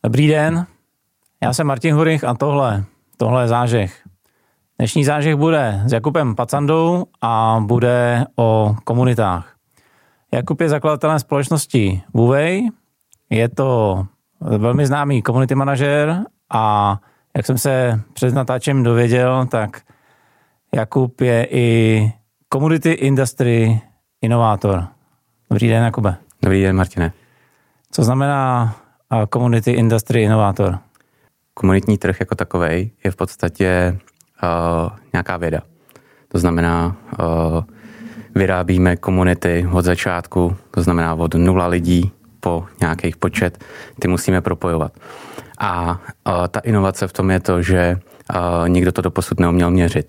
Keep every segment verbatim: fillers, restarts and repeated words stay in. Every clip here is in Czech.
Dobrý den, já jsem Martin Hurich a tohle, tohle je zážeh. Dnešní zážeh bude s Jakubem Pacandou a bude o komunitách. Jakub je zakladatelem společnosti Wooway, je to velmi známý community manažer a jak jsem se před natáčem dověděl, tak Jakub je i community industry inovátor. Dobrý den, Jakube. Dobrý den, Martine. Co znamená community industry inovátor? Komunitní trh jako takovej je v podstatě uh, nějaká věda. To znamená, uh, vyrábíme komunity od začátku, to znamená od nula lidí po nějakých počet, ty musíme propojovat. A uh, ta inovace v tom je to, že uh, nikdo to doposud neuměl měřit.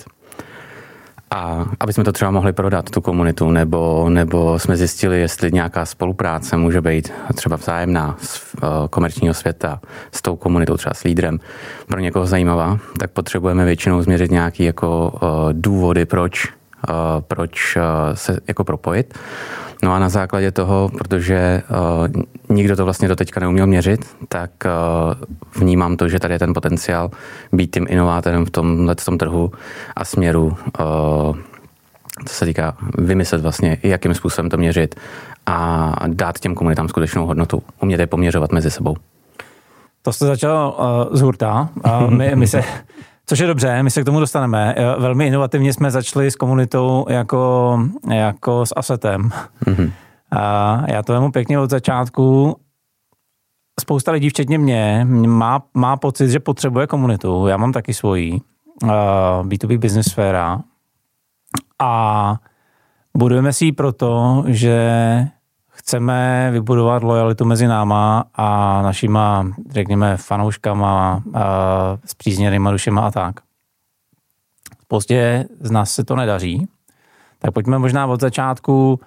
A aby jsme to třeba mohli prodat, tu komunitu, nebo, nebo jsme zjistili, jestli nějaká spolupráce může být třeba vzájemná z uh, komerčního světa s tou komunitou, třeba s lídrem, pro někoho zajímavá, tak potřebujeme většinou změřit nějaké jako uh, důvody, proč, uh, proč uh, se jako propojit. No a na základě toho, protože uh, nikdo to vlastně doteďka neuměl měřit, tak uh, vnímám to, že tady je ten potenciál být tím inovátorem v tomhle tom trhu a směru, uh, co se týká vymyslet vlastně, jakým způsobem to měřit a dát těm komunitám skutečnou hodnotu. Umět je poměřovat mezi sebou. To jste začal uh, z hurta. Uh, my, my se... Což je dobře, my se k tomu dostaneme. Velmi inovativně jsme začali s komunitou jako, jako s asetem. Mm-hmm. A já to vemu pěkně od začátku. Spousta lidí, včetně mě, má, má pocit, že potřebuje komunitu. Já mám taky svoji. bé dvě bé business sféra. A budujeme si ji proto, že chceme vybudovat lojalitu mezi náma a našima, řekněme, fanouškama, spřízněnýma dušema a tak. Prostě z nás se to nedaří. Tak pojďme možná od začátku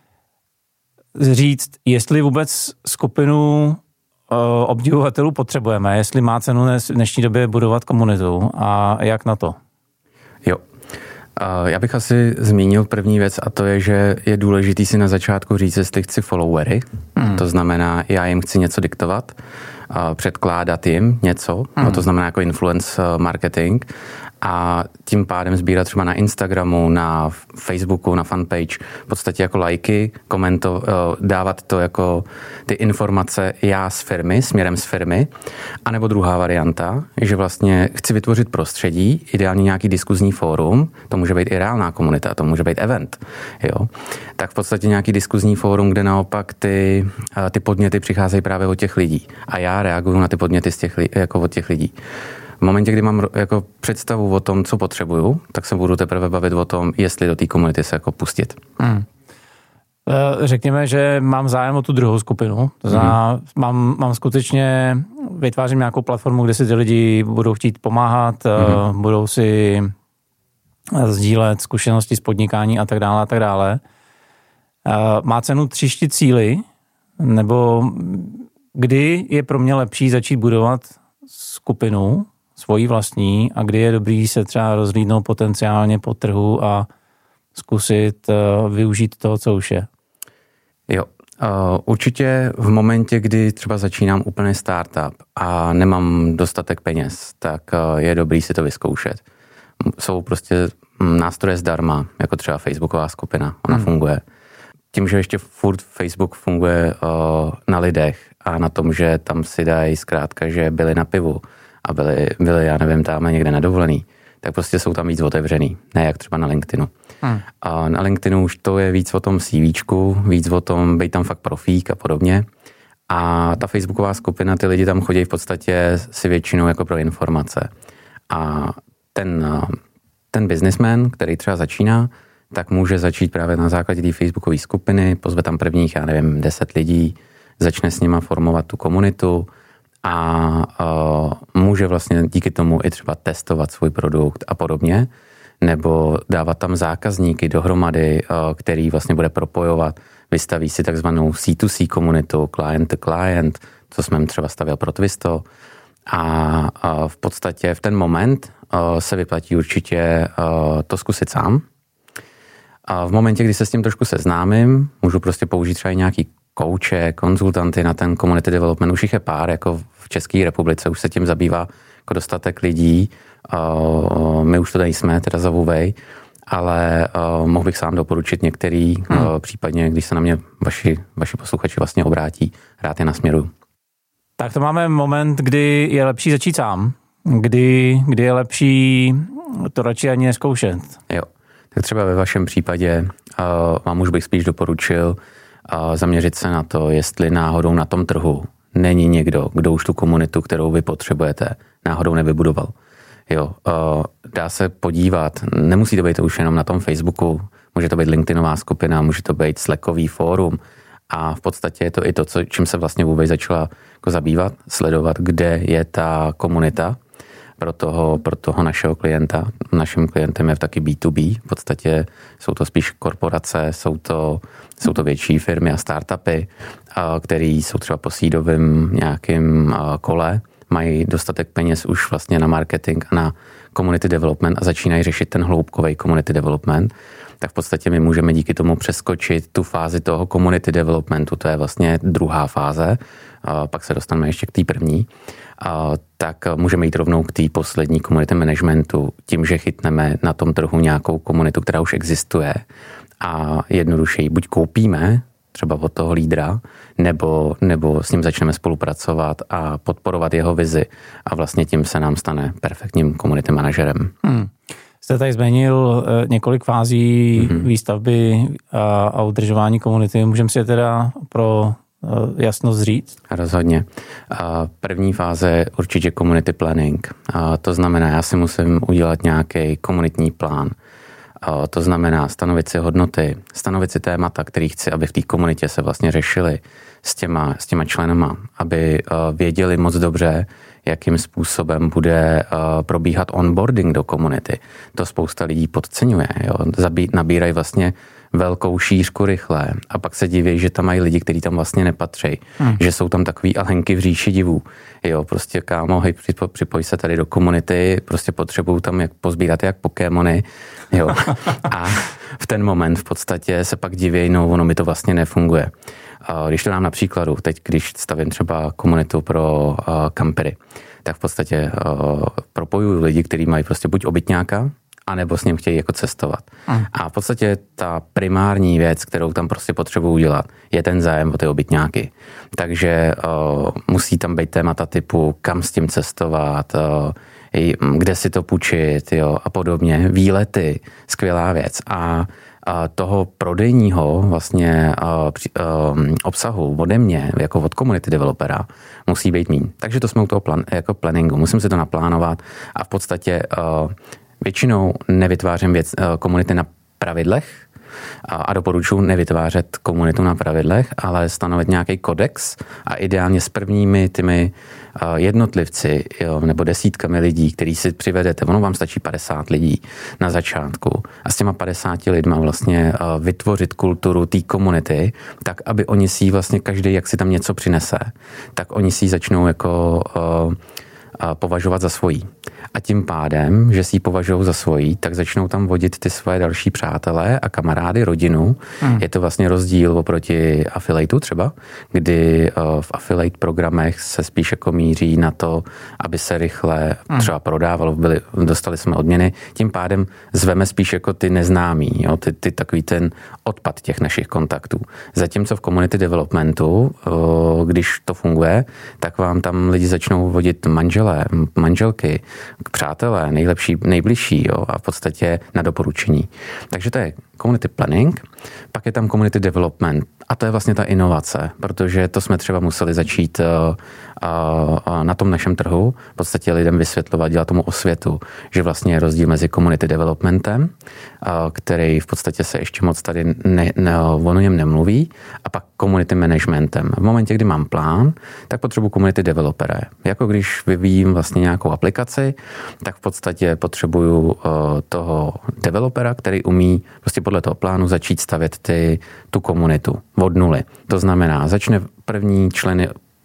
říct, jestli vůbec skupinu obdivovatelů potřebujeme, jestli má cenu v dnešní době budovat komunitu a jak na to. Jo. Já bych asi zmínil první věc a to je, že je důležitý si na začátku říct, jestli chci followery. Mm. To znamená, já jim chci něco diktovat, předkládat jim něco, mm. no to znamená jako influence marketing a tím pádem sbírat třeba na Instagramu, na Facebooku, na fanpage v podstatě jako lajky, komento, dávat to jako ty informace já z firmy, směrem z firmy. A nebo druhá varianta, že vlastně chci vytvořit prostředí, ideálně nějaký diskuzní fórum, to může být i reálná komunita, to může být event, jo. Tak v podstatě nějaký diskuzní fórum, kde naopak ty, ty podněty přicházejí právě od těch lidí. A já reaguju na ty podněty z těch, jako od těch lidí. V momentě, kdy mám jako představu o tom, co potřebuju, tak se budu teprve bavit o tom, jestli do té komunity se jako pustit. Hmm. Řekněme, že mám zájem o tu druhou skupinu. To znamená, hmm. mám, mám skutečně, vytvářím nějakou platformu, kde si ty lidi budou chtít pomáhat, hmm. budou si sdílet zkušenosti z podnikání a tak dále a tak dále. Má cenu tříštit cíly, nebo kdy je pro mě lepší začít budovat skupinu, svoji vlastní, a kdy je dobrý se třeba rozhlídnout potenciálně po trhu a zkusit uh, využít toho, co už je. Jo, uh, určitě v momentě, kdy třeba začínám úplný startup a nemám dostatek peněz, tak uh, je dobrý si to vyzkoušet. Jsou prostě nástroje zdarma, jako třeba Facebooková skupina, ona hmm. funguje. Tím, že ještě furt Facebook funguje uh, na lidech a na tom, že tam si dají zkrátka, že byli na pivu a byli, byli, já nevím, tam někde na dovolený, tak prostě jsou tam víc otevřený, ne jak třeba na LinkedInu. Hmm. A na LinkedInu už to je víc o tom CVčku, víc o tom, bejt tam fakt profík a podobně. A ta Facebooková skupina, ty lidi tam chodí v podstatě si většinou jako pro informace. A ten, ten businessman, který třeba začíná, tak může začít právě na základě té Facebookové skupiny, pozve tam prvních, já nevím, deset lidí, začne s nima formovat tu komunitu a uh, může vlastně díky tomu i třeba testovat svůj produkt a podobně, nebo dávat tam zákazníky dohromady, uh, který vlastně bude propojovat, vystaví si takzvanou C to C komunitu, client to client, co jsme třeba stavěl pro Twisto a uh, v podstatě v ten moment uh, se vyplatí určitě uh, to zkusit sám. A v momentě, kdy se s tím trošku seznámím, můžu prostě použít třeba nějaký kouče, konzultanty na ten community development, už jich je pár, jako v České republice, už se tím zabývá jako dostatek lidí, my už to nejsme, teda za Vuvej, ale mohl bych sám doporučit některý, hmm. případně, když se na mě vaši, vaši posluchači vlastně obrátí, rád je nasměruju. Tak to máme moment, kdy je lepší začít sám, kdy, kdy je lepší to radši ani neskoušet. Jo, tak třeba ve vašem případě uh, vám už bych spíš doporučil uh, zaměřit se na to, jestli náhodou na tom trhu není někdo, kdo už tu komunitu, kterou vy potřebujete, náhodou nevybudoval. Jo, uh, dá se podívat, nemusí to být už jenom na tom Facebooku, může to být LinkedInová skupina, může to být Slackový fórum a v podstatě je to i to, co, čím se vlastně vůbec začala jako zabývat, sledovat, kde je ta komunita pro toho, pro toho našeho klienta. Naším klientem je taky bé dvě bé, v podstatě jsou to spíš korporace, jsou to, jsou to větší firmy a startupy, které jsou třeba po seedovém nějakým kole, mají dostatek peněz už vlastně na marketing a na community development a začínají řešit ten hloubkový community development, tak v podstatě my můžeme díky tomu přeskočit tu fázi toho community developmentu, to je vlastně druhá fáze, a pak se dostaneme ještě k té první, a tak můžeme jít rovnou k té poslední community managementu, tím, že chytneme na tom trhu nějakou komunitu, která už existuje a jednoduše ji buď koupíme, třeba od toho lídra, nebo, nebo s ním začneme spolupracovat a podporovat jeho vizi a vlastně tím se nám stane perfektním community manažerem. Hmm. Jste tady změnil několik fází mm-hmm. výstavby a, a udržování komunity. Můžeme si je teda pro jasnost říct? Rozhodně. První fáze je určitě community planning. To znamená, já si musím udělat nějaký komunitní plán. To znamená stanovit si hodnoty, stanovit si témata, který chci, aby v té komunitě se vlastně řešily s těma, s těma členama, aby věděli moc dobře, jakým způsobem bude probíhat onboarding do komunity. To spousta lidí podceňuje. Jo? Zabí, nabírají vlastně velkou šířku rychle a pak se diví, že tam mají lidi, kteří tam vlastně nepatří, hmm. že jsou tam takový ahenky v říši divů. Jo, prostě kámo, hej, připoj se tady do komunity, prostě potřebuju tam jak pozbírat jak Pokémony, jo. A v ten moment v podstatě se pak diví, no ono mi to vlastně nefunguje. Když to dám na příkladu, teď když stavím třeba komunitu pro kampery, tak v podstatě propojuju lidi, kteří mají prostě buď obytňáka, anebo s ním chtějí jako cestovat. Mm. A v podstatě ta primární věc, kterou tam prostě potřebuji udělat, je ten zájem o ty obytňáky. Takže uh, musí tam být témata typu, kam s tím cestovat, uh, kde si to půjčit, jo, a podobně. Výlety, skvělá věc. A a toho prodejního vlastně uh, při, uh, obsahu ode mě, jako od community developera, musí být míň. Takže to jsme u toho plan, jako planningu. Musím si to naplánovat a v podstatě uh, většinou nevytvářím věc, komunity na pravidlech a, a doporučuji nevytvářet komunitu na pravidlech, ale stanovit nějaký kodex a ideálně s prvními těmi jednotlivci, jo, nebo desítkami lidí, který si přivedete. Ono vám stačí padesát lidí na začátku a s těma padesáti lidma vlastně vytvořit kulturu té komunity, tak aby oni si vlastně každý, jak si tam něco přinese, tak oni si začnou jako uh, považovat za svojí. A tím pádem, že si ji považují za svojí, tak začnou tam vodit ty svoje další přátelé a kamarády, rodinu. Hmm. Je to vlastně rozdíl oproti affiliateu třeba, kdy v affiliate programech se spíš jako míří na to, aby se rychle hmm. třeba prodávalo, byli, dostali jsme odměny. Tím pádem zveme spíš jako ty neznámí, jo, ty, ty takový ten odpad těch našich kontaktů. Zatímco v community developmentu, když to funguje, tak vám tam lidi začnou vodit manželé, manželky, přátelé, nejlepší, nejbližší, jo, a v podstatě na doporučení. Takže to je community planning, pak je tam community development a to je vlastně ta inovace, protože to jsme třeba museli začít uh, uh, na tom našem trhu, v podstatě lidem vysvětlovat, dělat tomu osvětu, že vlastně je rozdíl mezi community developmentem, uh, který v podstatě se ještě moc tady ne, ne, o něm nemluví, a pak community managementem. V momentě, kdy mám plán, tak potřebuji community developera. Jako když vyvíjím vlastně nějakou aplikaci, tak v podstatě potřebuju uh, toho developera, který umí prostě podle toho plánu začít stavět ty, tu komunitu od nuly. To znamená, začne první členy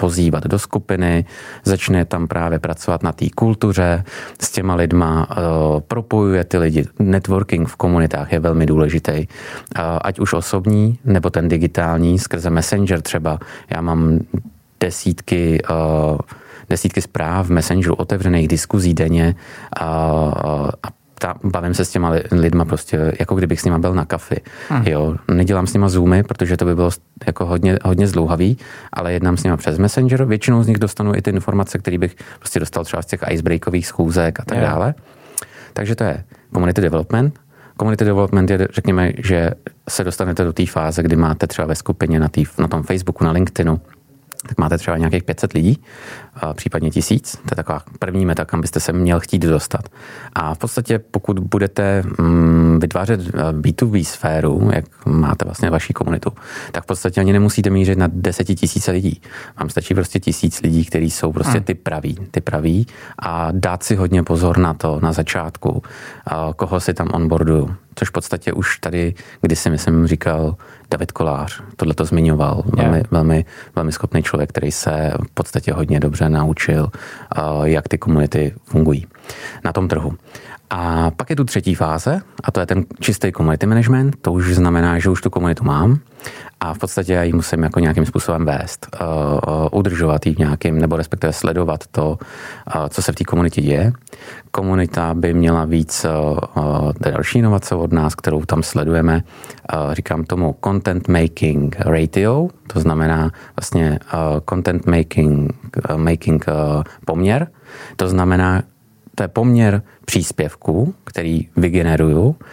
pozývat do skupiny, začne tam právě pracovat na té kultuře, s těma lidma propojuje ty lidi. Networking v komunitách je velmi důležitý. Ať už osobní, nebo ten digitální, skrze Messenger třeba. Já mám desítky desítky zpráv v Messengeru, otevřených diskuzí denně a, a ta, bavím se s těma lidma prostě, jako kdybych s nima byl na kafi. Hmm. Jo, nedělám s nima zoomy, protože to by bylo jako hodně, hodně zdlouhavý, ale jednám s nima přes Messenger. Většinou z nich dostanu i ty informace, které bych prostě dostal třeba z těch icebreakových schůzek a tak yeah. dále. Takže to je community development. Community development je, řekněme, že se dostanete do té fáze, kdy máte třeba ve skupině na, tý, na tom Facebooku, na LinkedInu, tak máte třeba nějakých pět set lidí, případně tisíc. To je taková první meta, kam byste se měl chtít dostat. A v podstatě, pokud budete vytvářet bé dvě bé sféru, jak máte vlastně vaši komunitu, tak v podstatě ani nemusíte mířit na desetitisíce lidí. Vám stačí prostě tisíc lidí, kteří jsou prostě ty praví, ty praví a dát si hodně pozor na to na začátku, koho si tam onboarduju. Což v podstatě už tady, když si myslím, říkal David Kolář, tohle to zmiňoval, velmi, yeah. velmi, velmi schopný člověk, který se v podstatě hodně dobře naučil, jak ty komunity fungují na tom trhu. A pak je tu třetí fáze, a to je ten čistý community management. To už znamená, že už tu komunitu mám a v podstatě já ji musím jako nějakým způsobem vést, udržovat ji v nějakým, nebo respektive sledovat to, co se v té komunitě děje. Komunita by měla víc další inovace od nás, kterou tam sledujeme. Říkám tomu content making ratio, to znamená vlastně content making, making poměr. To znamená, to je poměr příspěvků, který vygeneruju uh,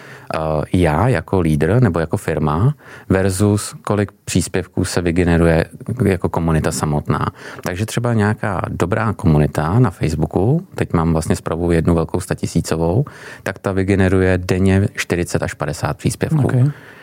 já jako lídr nebo jako firma versus kolik příspěvků se vygeneruje jako komunita samotná. Takže třeba nějaká dobrá komunita na Facebooku, teď mám vlastně spravu jednu velkou statisícovou, tak ta vygeneruje denně čtyřicet až padesát příspěvků. Okay.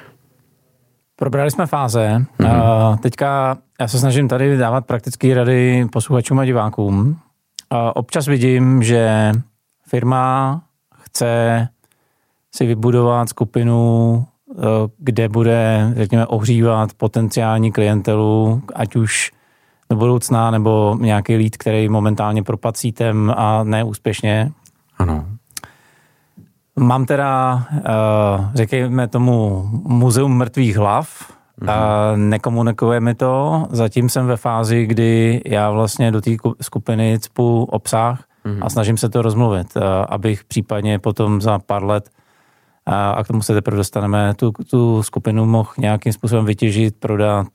Probrali jsme fáze. Mm-hmm. Uh, teďka já se snažím tady dávat praktické rady posluchačům a divákům. Občas vidím, že firma chce si vybudovat skupinu, kde bude, řekněme, ohřívat potenciální klientelu, ať už do budoucna, nebo nějaký lead, který momentálně propadl sítem a neúspěšně. Ano. Mám teda, řekněme tomu, muzeum mrtvých hlav, mm-hmm. nekomunikujeme to, zatím jsem ve fázi, kdy já vlastně do té skupiny cpu obsah mm-hmm. a snažím se to rozmluvit, abych případně potom za pár let, a k tomu se teprve dostaneme, tu, tu skupinu mohl nějakým způsobem vytěžit, prodat.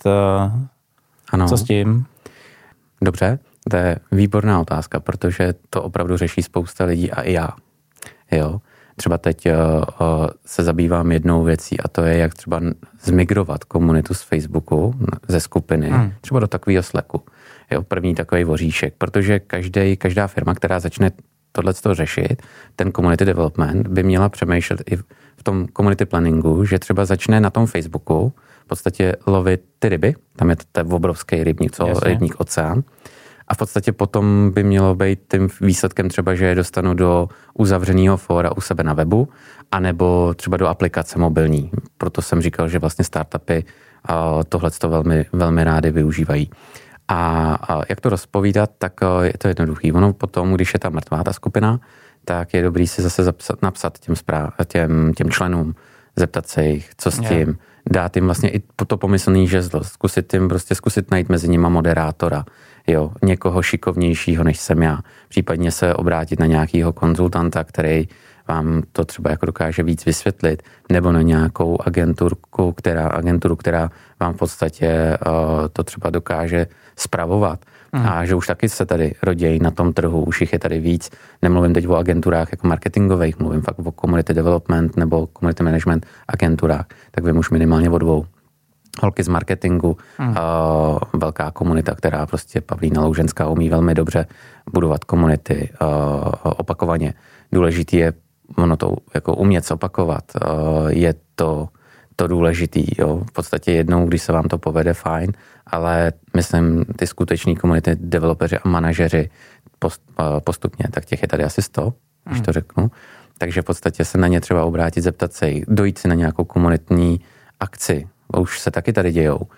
Ano. Co s tím? Dobře, to je výborná otázka, protože to opravdu řeší spousta lidí a i já. Jo. Třeba teď uh, uh, se zabývám jednou věcí a to je, jak třeba zmigrovat komunitu z Facebooku, ze skupiny, hmm. třeba do takového Slacku. Jo, první takový voříšek, protože každý, každá firma, která začne tohleto řešit, ten community development, by měla přemýšlet i v tom community planningu, že třeba začne na tom Facebooku v podstatě lovit ty ryby, tam je to obrovský rybník, co Jasně. rybník oceán, a v podstatě potom by mělo být tím výsledkem třeba, že je dostanu do uzavřeného fóra u sebe na webu, anebo třeba do aplikace mobilní. Proto jsem říkal, že vlastně startupy tohleto velmi, velmi rády využívají. A jak to rozpovídat, tak je to jednoduchý. Ono potom, když je ta mrtvá ta skupina, tak je dobrý si zase zapsat, napsat těm, správ, těm, těm členům, zeptat se jich, co s tím, yeah. dát jim vlastně i to pomyslný žezlo, zkusit jim prostě zkusit najít mezi nima moderátora, jo, někoho šikovnějšího než jsem já, případně se obrátit na nějakého konzultanta, který vám to třeba jako dokáže víc vysvětlit, nebo na nějakou agenturku, která, agenturu, která vám v podstatě uh, to třeba dokáže spravovat. Mm. A že už taky se tady rodějí na tom trhu, už jich je tady víc. Nemluvím teď o agenturách jako marketingových, mluvím fakt o community development nebo community management agenturách, tak vím už minimálně o dvou. Holky z marketingu, mm. uh, velká komunita, která prostě Pavlína Louženská umí velmi dobře budovat komunity uh, opakovaně. Důležitý je ono to jako umět opakovat. Uh, je to to důležitý, jo. V podstatě jednou, když se vám to povede, fajn, ale myslím, ty skuteční komunity, developeři a manažeři post, postupně, tak těch je tady asi sto, když hmm. to řeknu. Takže v podstatě se na ně třeba obrátit, zeptat se jich, dojít si na nějakou komunitní akci, už se taky tady dějou.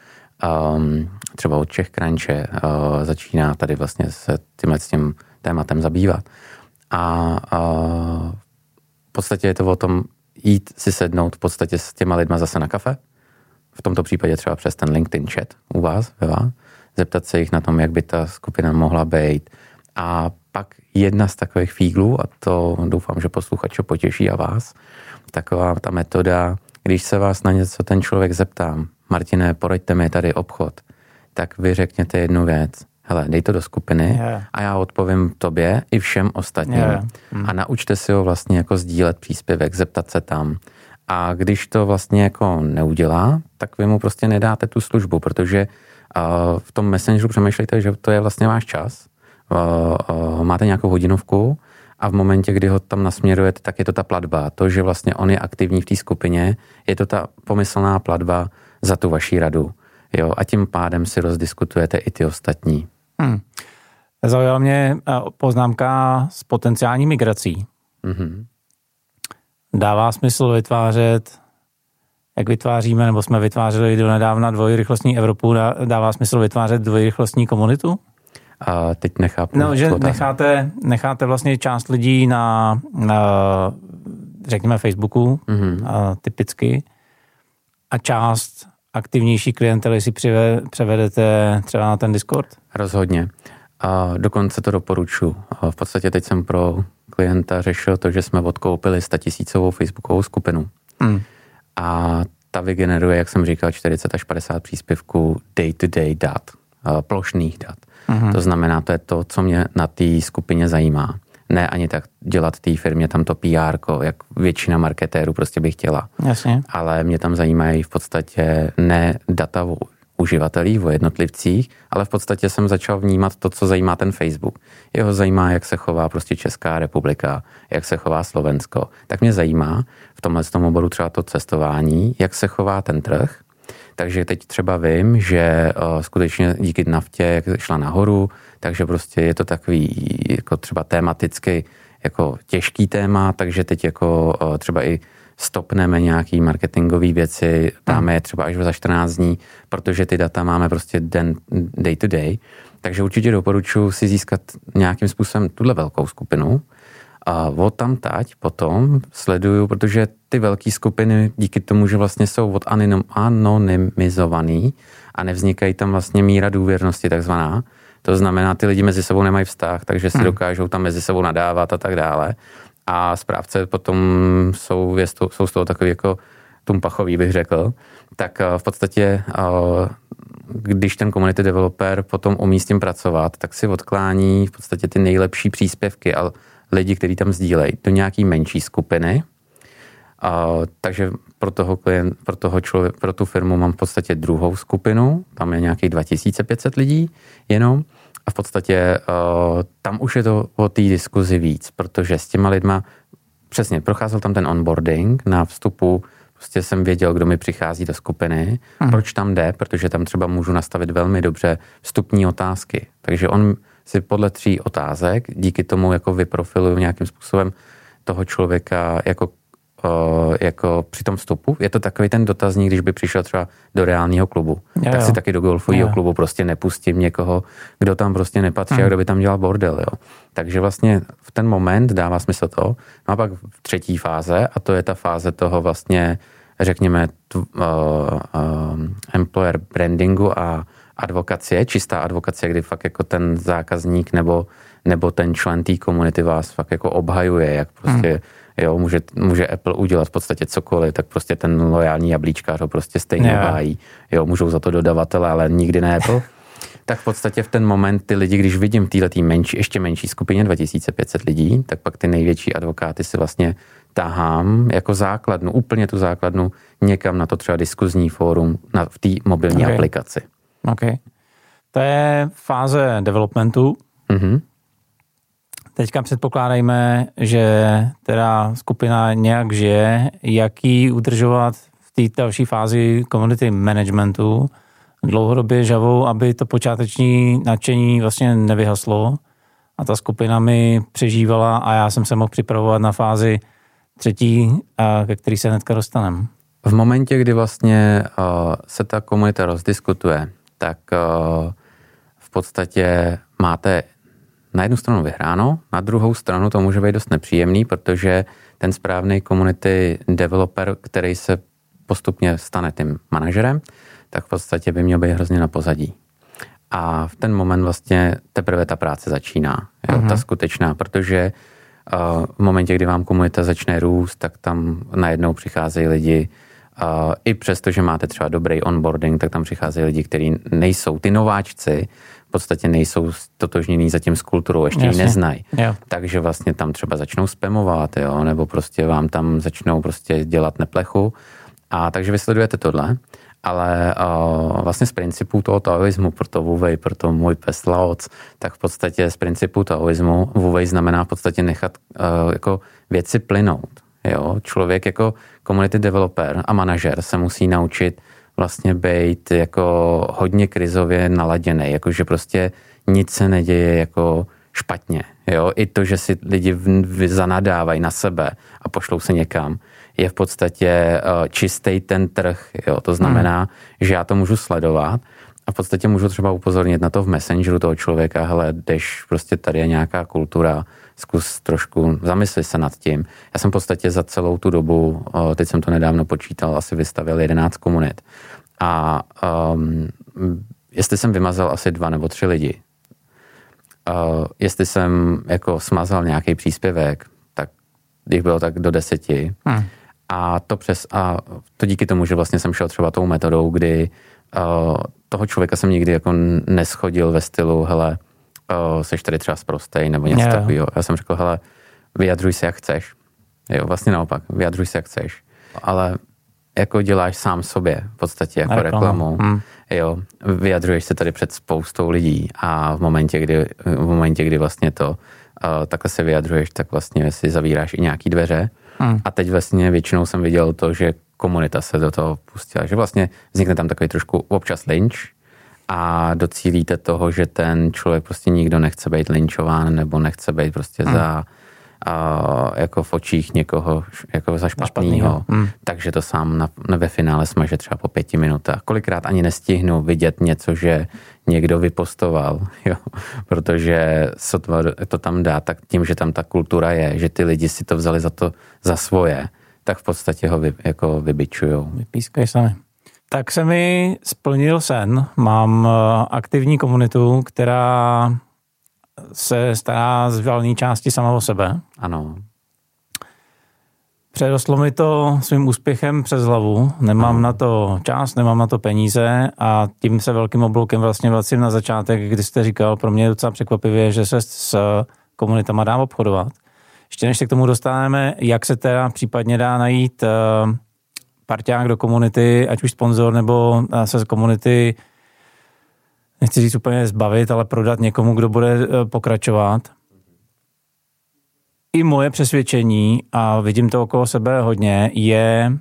um, třeba od Czech Crunche uh, začíná tady vlastně se tímhle s tím tématem zabývat. A uh, v podstatě je to o tom jít si sednout v podstatě s těma lidma zase na kafe, v tomto případě třeba přes ten LinkedIn chat u vás, ve vás, zeptat se jich na tom, jak by ta skupina mohla být. A pak jedna z takových fíglů, a to doufám, že posluchače potěší a vás, taková ta metoda, když se vás na něco ten člověk zeptám, Martine, poraďte mi tady obchod, tak vy řekněte jednu věc. Hele, dej to do skupiny yeah. a já odpovím tobě i všem ostatním. Yeah. Mm. A naučte si ho vlastně jako sdílet příspěvek, zeptat se tam. A když to vlastně jako neudělá, tak vy mu prostě nedáte tu službu, protože uh, v tom Messengeru přemýšlejte, že to je vlastně váš čas. Uh, uh, máte nějakou hodinovku a v momentě, kdy ho tam nasměrujete, tak je to ta platba. To, že vlastně on je aktivní v té skupině, je to ta pomyslná platba za tu vaši radu. Jo, a tím pádem si rozdiskutujete i ty ostatní. Hmm. Zaujala mě poznámka s potenciální migrací. Mm-hmm. Dává smysl vytvářet, jak vytváříme, nebo jsme vytvářeli do nedávna dvojrychlostní Evropu, dává smysl vytvářet dvojrychlostní komunitu? A teď nechápu. No, že necháte, necháte vlastně část lidí na, na řekněme, Facebooku, mm-hmm. a, typicky, a část aktivnější klientely si přive, převedete třeba na ten Discord? Rozhodně. A dokonce to doporučuji. V podstatě teď jsem pro klienta řešil to, že jsme odkoupili statisícovou facebookovou skupinu. Mm. A ta vygeneruje, jak jsem říkal, čtyřicet až padesát příspěvků day-to-day dat, plošných dat. Mm-hmm. To znamená, to je to, co mě na té skupině zajímá. Ne ani tak dělat té firmě tam to P R ko, jak většina marketérů prostě by chtěla. Jasně. Ale mě tam zajímají v podstatě ne data o uživatelích, o jednotlivcích, ale v podstatě jsem začal vnímat to, co zajímá ten Facebook. Jeho zajímá, jak se chová prostě Česká republika, jak se chová Slovensko. Tak mě zajímá v tomhle tom oboru třeba to cestování, jak se chová ten trh. Takže teď třeba vím, že uh, skutečně díky naftě, jak šla nahoru, takže prostě je to takový jako třeba tematicky jako těžký téma, takže teď jako uh, třeba i stopneme nějaký marketingové věci, dáme je třeba až za čtrnáct dní, protože ty data máme prostě den, day to day. Takže určitě doporučuji si získat nějakým způsobem tuhle velkou skupinu. A od tam tať potom sleduju, protože ty velké skupiny díky tomu, že vlastně jsou od anonymizovaný a nevznikají tam vlastně míra důvěrnosti takzvaná. To znamená, ty lidi mezi sebou nemají vztah, takže si hmm. dokážou tam mezi sebou nadávat a tak dále. A správce potom jsou, jsou z toho takový jako tumpachový, bych řekl. Tak v podstatě, když ten community developer potom umí s tím pracovat, tak si odklání v podstatě ty nejlepší příspěvky a lidi, kteří tam sdílejí, do nějaký menší skupiny. Takže pro toho, klient, pro, toho člověk, pro tu firmu mám v podstatě druhou skupinu, tam je nějakých dva tisíce pět set lidí jenom. A v podstatě uh, tam už je to o té diskuzi víc, protože s těma lidma, přesně, procházel tam ten onboarding na vstupu, prostě jsem věděl, kdo mi přichází do skupiny, hmm. proč tam jde, protože tam třeba můžu nastavit velmi dobře vstupní otázky. Takže on si podle tří otázek, díky tomu jako vyprofiluju nějakým způsobem toho člověka jako jako při tom vstupu. Je to takový ten dotazník, když by přišel třeba do reálního klubu. Jo, tak jo. si taky do golfového klubu prostě nepustím někoho, kdo tam prostě nepatří hmm. a kdo by tam dělal bordel. Jo. Takže vlastně v ten moment dává smysl to. No a pak v třetí fáze, a to je ta fáze toho vlastně, řekněme, t, uh, uh, employer brandingu a advokacie, čistá advokacie, kdy fakt jako ten zákazník nebo, nebo ten člen té komunity vás fakt jako obhajuje, jak prostě hmm. Jo, může, může Apple udělat v podstatě cokoliv, tak prostě ten lojální jablíčkář ho prostě stejně hájí. Jo, můžou za to dodavatele, ale nikdy ne Apple. Tak v podstatě v ten moment ty lidi, když vidím této menší, ještě menší skupině, dva tisíce pět set lidí, tak pak ty největší advokáty si vlastně tahám jako základnu, úplně tu základnu někam na to třeba diskuzní fórum na, v té mobilní okay. aplikaci. OK. To je fáze developmentu. Mhm. Teďka předpokládejme, že teda skupina nějak žije, jak ji udržovat v té další fázi community managementu dlouhodobě žavou, aby to počáteční nadšení vlastně nevyhaslo a ta skupina mi přežívala a já jsem se mohl připravovat na fázi třetí, ke který se hnedka dostaneme. V momentě, kdy vlastně uh, se ta komunita rozdiskutuje tak v podstatě máte na jednu stranu vyhráno, na druhou stranu to může být dost nepříjemný, protože ten správný community developer, který se postupně stane tím manažerem, tak v podstatě by měl být hrozně na pozadí. A v ten moment vlastně teprve ta práce začíná, jo, uh-huh. ta skutečná, protože uh, v momentě, kdy vám komunita začne růst, tak tam najednou přicházejí lidi, uh, i přesto, že máte třeba dobrý onboarding, tak tam přicházejí lidi, kteří nejsou, ty nováčci, v podstatě nejsou totožnění zatím s kulturou, ještě ji neznají. Yeah. Takže vlastně tam třeba začnou spamovat, jo, nebo prostě vám tam začnou prostě dělat neplechu. A takže vysledujete tohle. Ale uh, vlastně z principu toho taoismu, proto Wu-Wei, proto můj pes Laoc, tak v podstatě z principu taoismu Wu-Wei znamená v podstatě nechat uh, jako věci plynout. Jo? Člověk jako community developer a manažer se musí naučit vlastně být jako hodně krizově naladěný, jakože prostě nic se neděje jako špatně. Jo? I to, že si lidi zanadávají na sebe a pošlou se někam, je v podstatě uh, čistý ten trh. Jo? To znamená, hmm. že já to můžu sledovat a v podstatě můžu třeba upozornit na to v Messengeru toho člověka, hele, jdeš, prostě tady je nějaká kultura, zkus trošku, zamysli se nad tím. Já jsem v podstatě za celou tu dobu, uh, teď jsem to nedávno počítal, asi vystavil jedenáct komunit. A um, jestli jsem vymazal asi dva nebo tři lidi, uh, jestli jsem jako smazal nějaký příspěvek, tak jich bylo tak do deseti. Hmm. A to přes, a to díky tomu, že vlastně jsem šel třeba tou metodou, kdy uh, toho člověka jsem nikdy jako neschodil ve stylu, hele, uh, seš tady třeba sprostej, nebo něco yeah. takového. Já jsem řekl, hele, vyjadřuj se, jak chceš. Jo, vlastně naopak, vyjadřuj se, jak chceš. Ale jako děláš sám sobě, v podstatě jako Reklamu. reklamu. Hmm. Jo, vyjadřuješ se tady před spoustou lidí a v momentě, kdy, v momentě, kdy vlastně to uh, takhle se vyjadřuješ, tak vlastně si zavíráš i nějaký dveře. Hmm. A teď vlastně většinou jsem viděl to, že komunita se do toho pustila, že vlastně vznikne tam takový trošku občas lynč a docílíte toho, že ten člověk prostě nikdo nechce být lynčován nebo nechce být prostě hmm. za a jako v očích někoho jako za špatnýho. Hmm. Takže to sám na, na ve finále smaže třeba po pěti minutách. Kolikrát ani nestihnu vidět něco, že někdo vypostoval, jo, protože sotva to tam dá, tak tím, že tam ta kultura je, že ty lidi si to vzali za to za svoje, tak v podstatě ho vy, jako vybičujou. Vypískají sami. Tak se mi splnil sen. Mám aktivní komunitu, která se stará z valné části sama o sebe. Ano. Přerostlo mi to svým úspěchem přes hlavu. Nemám ano. na to čas, nemám na to peníze a tím se velkým obloukem vlastně vracím na začátek, kdy jste říkal, pro mě je docela překvapivě, že se s komunitama dá obchodovat. Ještě než se k tomu dostaneme, jak se teda případně dá najít parťák do komunity, ať už sponzor, nebo se z komunity nechci říct úplně zbavit, ale prodat někomu, kdo bude pokračovat. I moje přesvědčení, a vidím to okolo sebe hodně, je,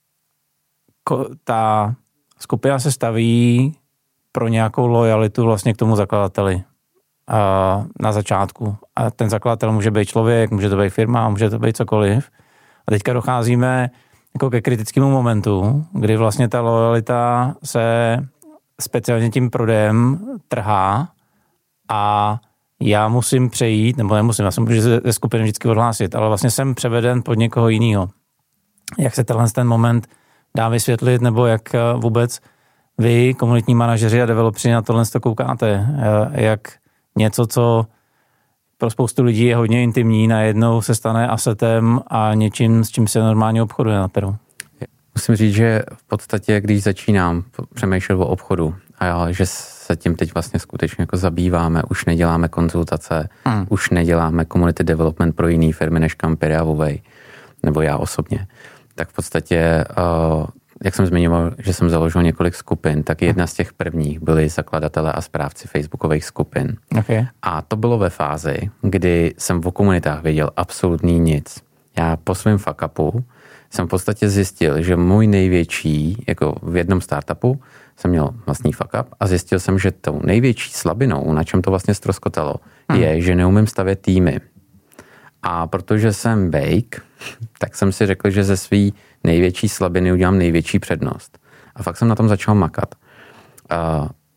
ta skupina se staví pro nějakou lojalitu vlastně k tomu zakladateli a na začátku. A ten zakladatel může být člověk, může to být firma, může to být cokoliv. A teďka docházíme jako ke kritickému momentu, kdy vlastně ta lojalita se speciálně tím prodejem trhá a já musím přejít, nebo nemusím, já jsem můžu ze skupiny vždycky odhlásit, ale vlastně jsem převeden pod někoho jiného. Jak se tenhle ten moment dá vysvětlit, nebo jak vůbec vy, komunitní manažeři a developři, na tohle koukáte? Jak něco, co pro spoustu lidí je hodně intimní, najednou se stane asetem a něčím, s čím se normálně obchoduje na trhu? Musím říct, že v podstatě, když začínám přemýšlet o obchodu a já, že se tím teď vlastně skutečně jako zabýváme, už neděláme konzultace, hmm. už neděláme community development pro jiné firmy než Kampery a Wu-Wei, nebo já osobně, tak v podstatě, uh, jak jsem zmiňoval, že jsem založil několik skupin, tak jedna z těch prvních byli zakladatelé a správci facebookových skupin. Okay. A to bylo ve fázi, kdy jsem o komunitách věděl absolutní nic. Já po svém fuck-upu jsem v podstatě zjistil, že můj největší, jako v jednom startupu, jsem měl vlastní fuck up a zjistil jsem, že tou největší slabinou, na čem to vlastně ztroskotalo, hmm. je, že neumím stavět týmy. A protože jsem bake, tak jsem si řekl, že ze svý největší slabiny udělám největší přednost. A fakt jsem na tom začal makat. Uh,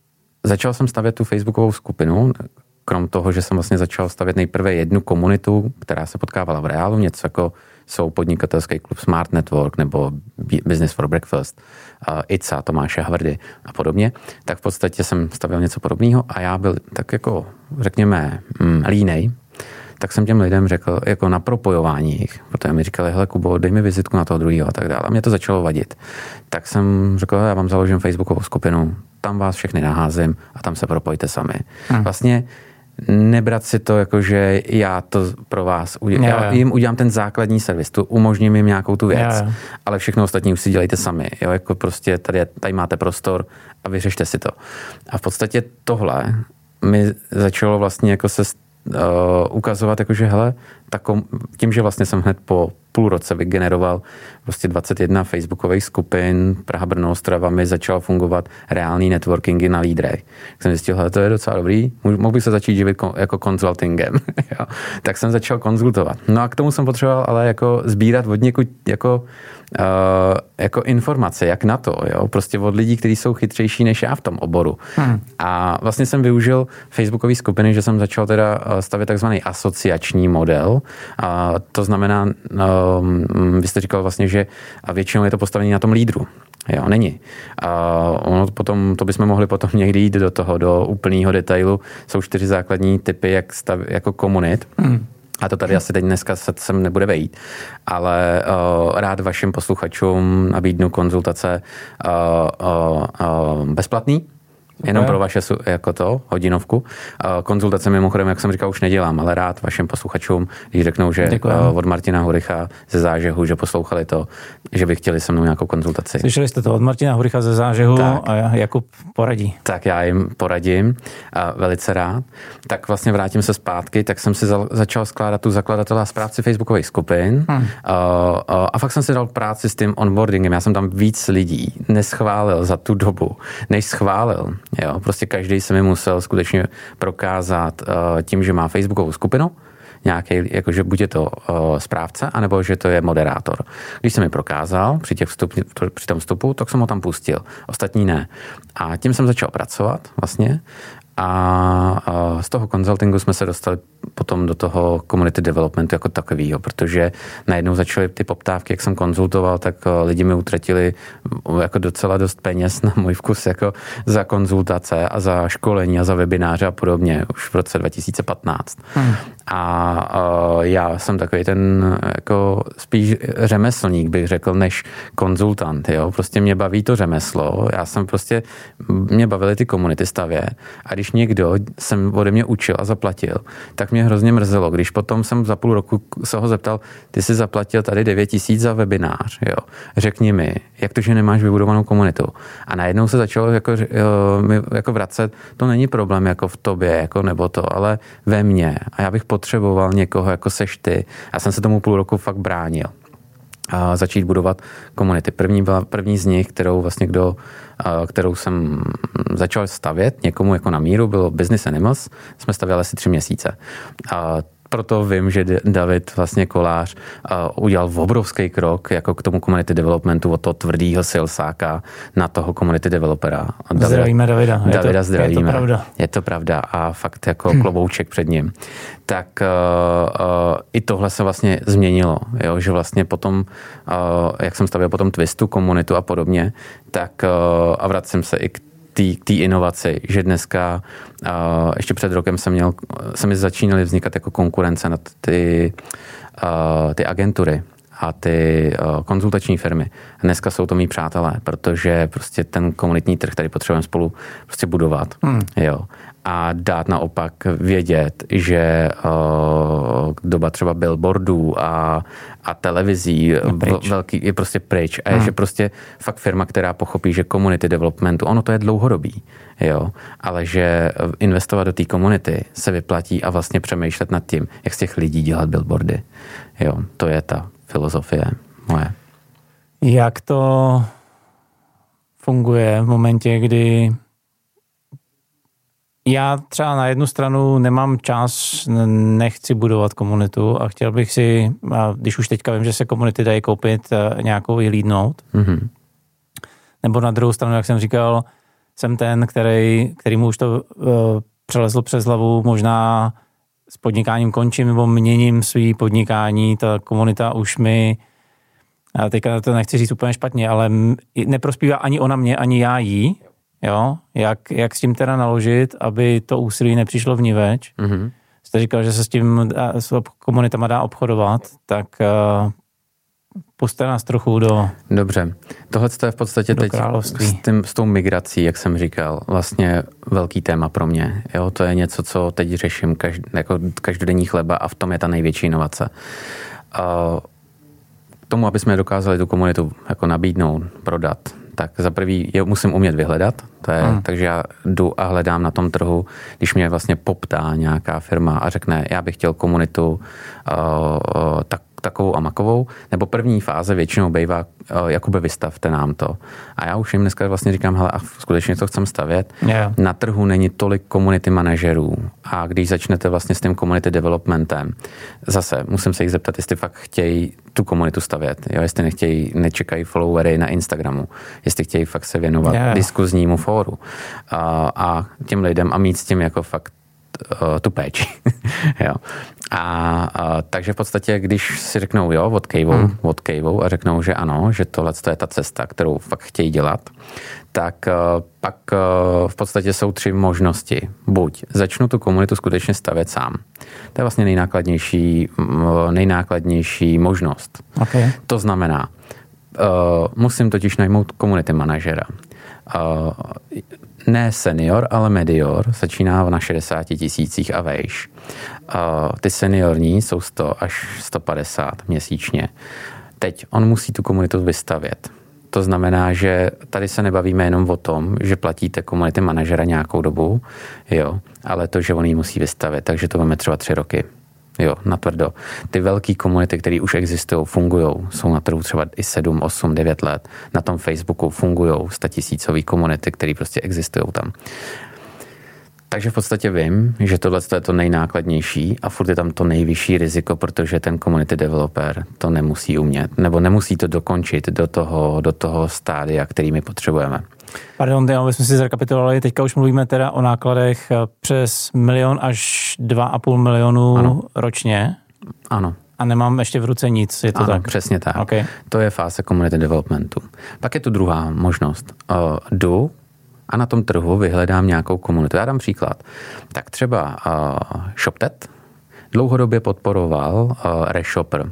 začal jsem stavět tu facebookovou skupinu, krom toho, že jsem vlastně začal stavět nejprve jednu komunitu, která se potkávala v reálu, něco jako jsou podnikatelský klub Smart Network nebo Business for Breakfast, uh, I C A, Tomáše Havrdy a podobně, tak v podstatě jsem stavěl něco podobného a já byl tak jako, řekněme, mm, línej, tak jsem těm lidem řekl, jako na propojování jich, protože mi říkali, hele Kubo, dej mi vizitku na toho druhého a tak dále. A mě to začalo vadit. Tak jsem řekl, já vám založím facebookovou skupinu, tam vás všechny naházím a tam se propojte sami. Hmm. Vlastně nebrat si to, jako že já to pro vás udělám. Já, já jim udělám ten základní servis, tu umožním jim nějakou tu věc, já, já. ale všechno ostatní už si dělejte sami. Jo, jako prostě tady, tady máte prostor a vyřešte si to. A v podstatě tohle mi začalo vlastně jako se uh, ukazovat, jako že hele, takom, tím, že vlastně jsem hned po půl roce vygeneroval prostě dvacet jedna facebookových skupin, Praha, Brno, Ostrava, mi začal fungovat reální networkingy na lídrech. Tak jsem zjistil, hele, to je docela dobrý, mohl bych se začít živit kon, jako konzultingem. Tak jsem začal konzultovat. No a k tomu jsem potřeboval ale jako sbírat od někud jako, uh, jako informace, jak na to, jo? Prostě od lidí, kteří jsou chytřejší než já v tom oboru. Hmm. A vlastně jsem využil facebookové skupiny, že jsem začal teda stavět takzvaný asociační model. A to znamená, um, vy jste říkal vlastně, že většinou je to postavení na tom lídru. Jo, není. A ono potom, to bychom mohli potom někdy jít do toho, do úplného detailu. Jsou čtyři základní typy, jak stav, jako komunit. Hmm. A to tady asi teď dneska se sem nebude vejít. Ale uh, rád vašim posluchačům nabídnu konzultace uh, uh, uh, bezplatný. Jenom okay. pro vaše jako to, hodinovku. Konzultace mimochodem, jak jsem říkal, už nedělám, ale rád vašim posluchačům, když řeknou, že Děkuji. Od Martina Huricha ze Zážehu, že poslouchali to, že by chtěli se mnou nějakou konzultaci. Slyšeli jste to od Martina Huricha ze Zážehu tak. a Jakub poradí. Tak já jim poradím, a velice rád. Tak vlastně vrátím se zpátky, tak jsem si za, začal skládat tu zakladatele a správci facebookových skupin hmm. a, a, a fakt jsem si dal práci s tím onboardingem. Já jsem tam víc lidí neschválil za tu dobu, než schválil. Jo, prostě každý se mi musel skutečně prokázat uh, tím, že má facebookovou skupinu, nějaký, jakože buď je to uh, správce, anebo že to je moderátor. Když se mi prokázal při, těch vstup, při tom vstupu, tak jsem ho tam pustil. Ostatní ne. A tím jsem začal pracovat vlastně a uh, z toho konzultingu jsme se dostali potom do toho community developmentu jako takovýho, protože najednou začaly ty poptávky, jak jsem konzultoval, tak lidi mi utratili jako docela dost peněz na můj vkus jako za konzultace a za školení a za webináře a podobně už v roce dva tisíce patnáct. Hmm. A uh, já jsem takový ten jako spíš řemeslník, bych řekl, než konzultant, jo. Prostě mě baví to řemeslo, já jsem prostě, mě bavily ty komunity stavě a když někdo jsem ode mě učil a zaplatil, tak mě hrozně mrzelo, když potom jsem za půl roku se ho zeptal, ty jsi zaplatil tady devět tisíc za webinář, jo. Řekni mi, jak to, že nemáš vybudovanou komunitu. A najednou se začalo jako, jo, jako vracet, to není problém jako v tobě, jako nebo to, ale ve mně. A já bych potřeboval někoho, jako seš ty. Já jsem se tomu půl roku fakt bránil. A začít budovat komunity. První byla první z nich, kterou vlastně kdo, kterou jsem začal stavět někomu jako na míru, bylo Business Animals. Jsme stavěli asi tři měsíce. A proto vím, že David vlastně Kolář udělal obrovský krok jako k tomu community developmentu od toho tvrdýho salesáka na toho community developera. Davida, zdravíme Davida. Davida je to, zdravíme. Je to pravda. Je to pravda a fakt jako hmm. klobouček před ním. Tak uh, uh, i tohle se vlastně změnilo, jo? Že vlastně potom, uh, jak jsem stavěl potom Twistu, komunitu a podobně, tak uh, a vracím se i k té inovaci, že dneska, uh, ještě před rokem jsem měl, se mi začínaly vznikat jako konkurence na ty, uh, ty agentury a ty uh, konzultační firmy. Dneska jsou to mý přátelé, protože prostě ten komunitní trh tady potřebujeme spolu prostě budovat. Hmm. Jo. A dát naopak vědět, že uh, doba třeba billboardů a, a televizí je, velký, je prostě pryč. A je, hmm. že prostě fakt firma, která pochopí, že community developmentu, ono to je dlouhodobý, jo, ale že investovat do té komunity se vyplatí a vlastně přemýšlet nad tím, jak z těch lidí dělat billboardy. Jo, to je ta filozofie moje. Jak to funguje v momentě, kdy já třeba na jednu stranu nemám čas, nechci budovat komunitu a chtěl bych si, když už teďka vím, že se komunity dají koupit, nějakou i lídnout. Mm-hmm. Nebo na druhou stranu, jak jsem říkal, jsem ten, který, který mu už to uh, přelezl přes hlavu, možná s podnikáním končím nebo měním svý podnikání, ta komunita už mi, a teďka to nechci říct úplně špatně, ale neprospívá ani ona mě, ani já jí, jo, jak, jak s tím teda naložit, aby to úsilí nepřišlo vniveč. Mm-hmm. Jste říkal, že se s tím s komunitama dá obchodovat, tak uh, puste nás trochu do Dobře, tohle je v podstatě teď s, tím, s tou migrací, jak jsem říkal, vlastně velký téma pro mě. Jo? To je něco, co teď řeším každ, jako každodenní chleba a v tom je ta největší inovace. Uh, k tomu, aby jsme dokázali tu komunitu jako nabídnout, prodat, tak za prvý je musím umět vyhledat, to je, hmm. takže já jdu a hledám na tom trhu, když mě vlastně poptá nějaká firma a řekne, já bych chtěl komunitu uh, tak, takovou a makovou, nebo první fáze většinou bývá, uh, jakoby vystavte nám to. A já už jim dneska vlastně říkám, hele, a skutečně to chcem stavět. Yeah. Na trhu není tolik community manažerů a když začnete vlastně s tím community developmentem, zase musím se jich zeptat, jestli fakt chtějí tu komunitu stavět, jo, jestli nechtějí, nečekají followery na Instagramu, jestli chtějí fakt se věnovat yeah. diskuznímu fóru a, a těm lidem a mít s tím jako fakt uh, tu péči. jo. A, a takže v podstatě, když si řeknou jo, odkejvou, hmm. odkejvou a řeknou, že ano, že tohle je ta cesta, kterou fakt chtějí dělat, tak uh, pak uh, v podstatě jsou tři možnosti. Buď začnu tu komunitu skutečně stavět sám. To je vlastně nejnákladnější, uh, nejnákladnější možnost. Okay. To znamená, uh, musím totiž najmout community manažera. Uh, ne senior, ale medior, začíná na šedesáti tisících a vejš. Uh, ty seniorní jsou sto až sto padesát měsíčně. Teď on musí tu komunitu vystavět. To znamená, že tady se nebavíme jenom o tom, že platíte community manažera nějakou dobu, jo, ale to, že on ji musí vystavit, takže to máme třeba tři roky. Jo, natvrdo. Ty velký komunity, které už existují, fungují, jsou na trhu třeba i sedm, osm, devět let. Na tom Facebooku fungují statisícový komunity, které prostě existují tam. Takže v podstatě vím, že tohle je to nejnákladnější a furt je tam to nejvyšší riziko, protože ten community developer to nemusí umět, nebo nemusí to dokončit do toho, do toho stádia, který my potřebujeme. Pardon, aby jsme si zrekapitulovali, teďka už mluvíme teda o nákladech přes milion až dva a půl milionu ano. ročně. Ano. A nemám ještě v ruce nic, je to ano, tak? Přesně tak. Okay. To je fáze community developmentu. Pak je tu druhá možnost. Uh, jdu a na tom trhu vyhledám nějakou komunitu. Já dám příklad. Tak třeba uh, ShopTet dlouhodobě podporoval uh, Reshopper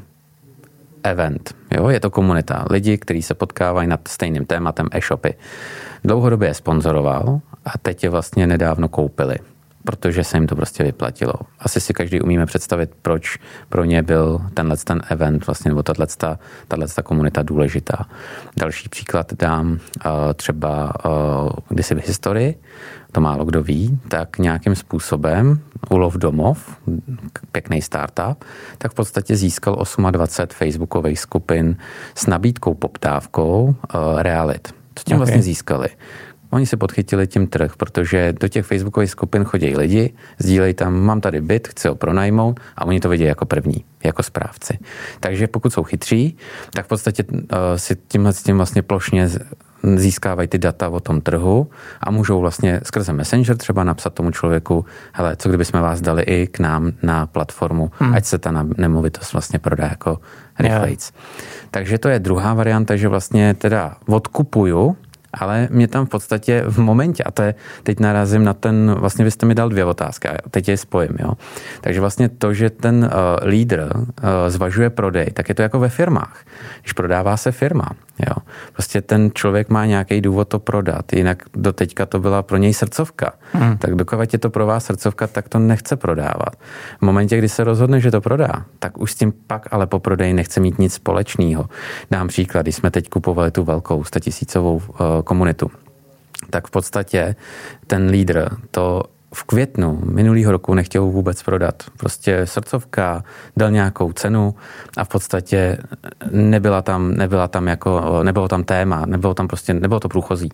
event. Jo? Je to komunita. Lidi, kteří se potkávají nad stejným tématem e-shopy. Dlouhodobě je sponzoroval a teď je vlastně nedávno koupili, protože se jim to prostě vyplatilo. Asi si každý umíme představit, proč pro ně byl tenhle ten event, vlastně, nebo tato, tato komunita důležitá. Další příklad dám uh, třeba uh, kdysi v historii, to málo kdo ví, tak nějakým způsobem Ulov Domov, pěkný startup, tak v podstatě získal dvacet osm facebookových skupin s nabídkou, poptávkou uh, realit. Co tím okay. vlastně získali? Oni si podchytili tím trh, protože do těch facebookových skupin chodí lidi, sdílejí tam, mám tady byt, chci ho pronajmout a oni to vidí jako první, jako správci. Takže pokud jsou chytří, tak v podstatě uh, si tímhle s tím vlastně plošně získávají ty data o tom trhu a můžou vlastně skrze Messenger třeba napsat tomu člověku, hele, co kdybychom vás dali i k nám na platformu, hmm. ať se ta nemovitost vlastně prodá jako rychlejc. Takže to je druhá varianta, že vlastně teda odkupuju, ale mě tam v podstatě v momentě, a to je, teď narazím na ten, vlastně vy jste mi dal dvě otázky a teď je spojím, jo. Takže vlastně to, že ten uh, lídr uh, zvažuje prodej, tak je to jako ve firmách. Když prodává se firma, jo. Prostě ten člověk má nějaký důvod to prodat, jinak do teďka to byla pro něj srdcovka. Hmm. Tak dokud je to pro vás srdcovka, tak to nechce prodávat. V momentě, kdy se rozhodne, že to prodá, tak už s tím pak ale po prodeji nechce mít nic společného. Dám příklad, když jsme teď kupovali tu velkou statisícovou uh, komunitu, tak v podstatě ten lídr to v květnu minulého roku nechtěl vůbec prodat. Prostě srdcovka, dal nějakou cenu a v podstatě nebyla tam, nebyla tam jako, nebylo tam téma, nebylo tam prostě, nebylo to průchozí.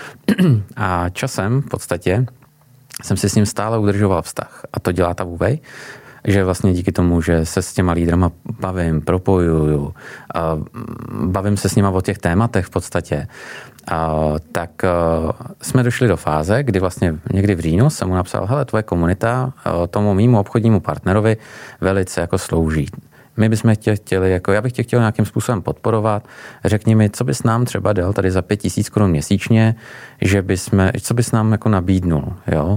A časem v podstatě jsem si s ním stále udržoval vztah. A to dělá ta Vůvej. že vlastně díky tomu, že se s těma lídrama bavím, propojuju, bavím se s nima o těch tématech v podstatě, tak jsme došli do fáze, kdy vlastně někdy v říjnu jsem mu napsal, hele, tvoje komunita tomu mýmu obchodnímu partnerovi velice jako slouží. My bychom tě chtěli, jako já bych tě chtěl nějakým způsobem podporovat. Řekni mi, co bys nám třeba dal tady za pět tisíc korun měsíčně, že bysme, co bys nám jako nabídnul, jo?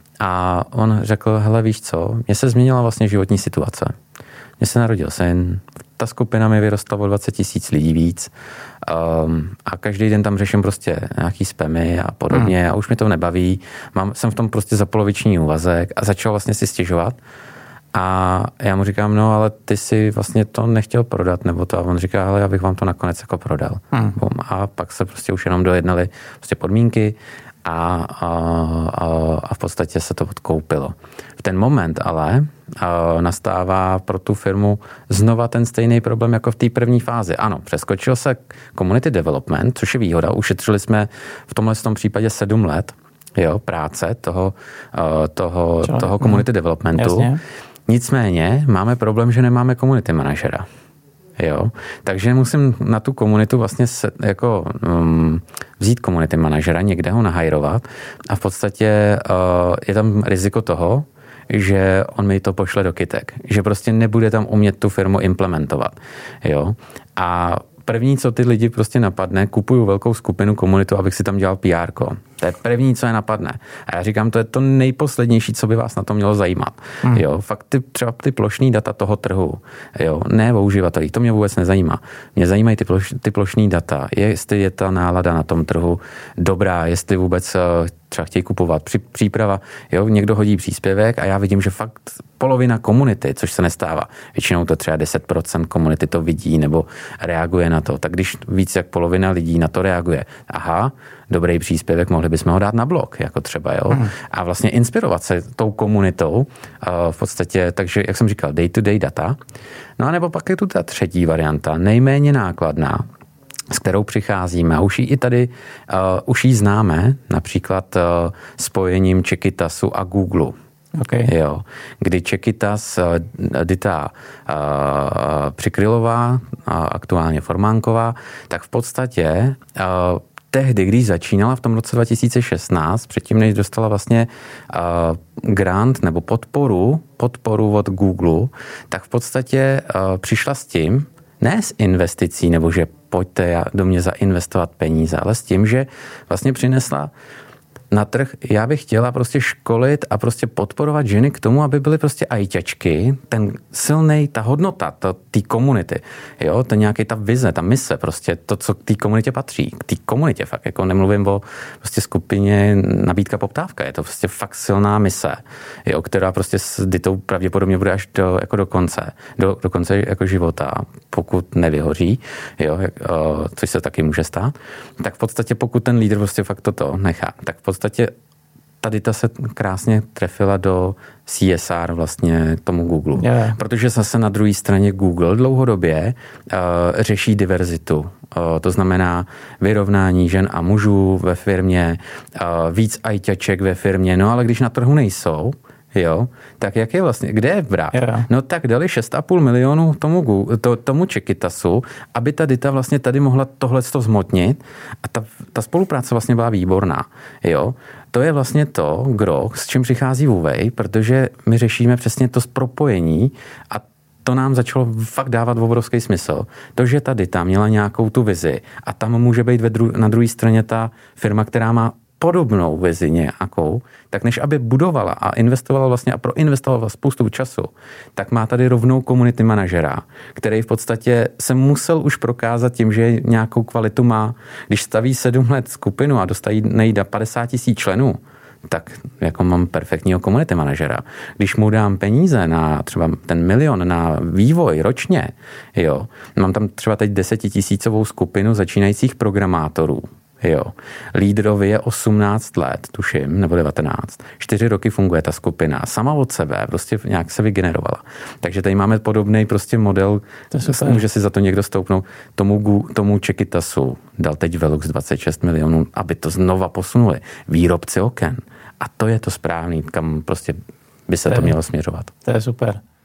A on řekl, hele, víš co, mně se změnila vlastně životní situace. Mně se narodil syn, ta skupina mi vyrostla o dvacet tisíc lidí víc um, a každý den tam řeším prostě nějaký spamy a podobně a už mi to nebaví. Mám, jsem v tom prostě za poloviční úvazek a začal vlastně si stěžovat. A já mu říkám, no ale ty si vlastně to nechtěl prodat, nebo to, a on říká, ale já bych vám to nakonec jako prodal. Hmm. A pak se prostě už jenom dojednali prostě podmínky a, a, a, a v podstatě se to odkoupilo. V ten moment ale a, nastává pro tu firmu znova ten stejný problém jako v té první fázi. Ano, přeskočil se community development, což je výhoda. Ušetřili jsme v tomhle tom případě sedm let jo, práce toho, toho, toho community hmm. developmentu. Jasně. Nicméně máme problém, že nemáme community manažera. Jo? Takže musím na tu komunitu vlastně se, jako, um, vzít community manažera, někde ho nahajrovat a v podstatě uh, je tam riziko toho, že on mi to pošle do kytek. Že prostě nebude tam umět tu firmu implementovat. Jo? A první, co ty lidi prostě napadne, kupuju velkou skupinu komunitu, abych si tam dělal P R ko. To je první, co je napadne. A já říkám, to je to nejposlednější, co by vás na to mělo zajímat. Hmm. Jo, fakt ty, třeba ty plošný data toho trhu, jo, ne o uživatelích, to mě vůbec nezajímá. Mě zajímají ty, ploš, ty plošný data, jestli je ta nálada na tom trhu dobrá, jestli vůbec třeba chtějí kupovat. Při, příprava, jo, někdo hodí příspěvek a já vidím, že fakt polovina komunity, což se nestává. Většinou to třeba deset procent komunity to vidí nebo reaguje na to. Tak když víc jak polovina lidí na to reaguje, aha, dobrý příspěvek, mohli bychom ho dát na blog, jako třeba, jo. Hmm. A vlastně inspirovat se tou komunitou, uh, v podstatě, takže, jak jsem říkal, day-to-day data. No a nebo pak je tu ta třetí varianta, nejméně nákladná, s kterou přicházíme. A už ji i tady, uh, už ji známe, například uh, spojením Čekitasu a Google. Okay. Jo. Kdy Čekitas, uh, Dita uh, Přikrylová, uh, aktuálně Formánková, tak v podstatě uh, tehdy, když začínala v tom roce dva tisíce šestnáct, předtím, než dostala vlastně uh, grant nebo podporu, podporu od Google, tak v podstatě uh, přišla s tím, ne s investicí, nebo že pojďte do mě zainvestovat peníze, ale s tím, že vlastně přinesla na trh, já bych chtěla prostě školit a prostě podporovat ženy k tomu, aby byly prostě ajťačky, ten silnej, ta hodnota, té komunity, jo, to nějaký ta vize, ta mise, prostě to, co k té komunitě patří, k té komunitě fakt, jako nemluvím o prostě skupině nabídka poptávka, je to prostě fakt silná mise, jo, která prostě s Ditou pravděpodobně bude až do, jako do konce, do, do konce jako života, pokud nevyhoří, jo, což se taky může stát, tak v podstatě pokud ten lídr prostě fakt toto nechá, tak v podstatě tady ta se krásně trefila do C S R vlastně tomu Google. Yeah. Protože zase na druhé straně Google dlouhodobě uh, řeší diverzitu. Uh, to znamená vyrovnání žen a mužů ve firmě, uh, víc ajťaček ve firmě, no ale když na trhu nejsou, jo, tak jak je vlastně, kde je brát? Yeah. No tak dali šest a půl milionu tomu, Google, to, tomu Čekitasu, aby ta Dita vlastně tady mohla tohleto zmotnit a ta, ta spolupráce vlastně byla výborná, jo. To je vlastně to, gro, s čím přichází Vuvej, protože my řešíme přesně to propojení a to nám začalo fakt dávat obrovský smysl. To, že ta Dita měla nějakou tu vizi a tam může být ve dru- na druhé straně ta firma, která má podobnou vizi nějakou, tak než aby budovala a investovala vlastně a proinvestovala spoustu času, tak má tady rovnou community manažera, který v podstatě se musel už prokázat tím, že nějakou kvalitu má. Když staví sedm let skupinu a dostají nejda padesát tisíc členů, tak jako mám perfektního community manažera. Když mu dám peníze na třeba ten milion na vývoj ročně, jo, mám tam třeba teď desetitisícovou skupinu začínajících programátorů, jo. Lídrovi je osmnáct let, tuším, nebo devatenáct. Čtyři roky funguje ta skupina. Sama od sebe, prostě nějak se vygenerovala. Takže tady máme podobný prostě model, může si za to někdo stoupnout. Tomu, tomu Čekitasu dal teď Velux dvacet šest milionů, aby to znova posunuli. Výrobci oken. A to je to správný, kam prostě by se to, to mělo směřovat. To je super.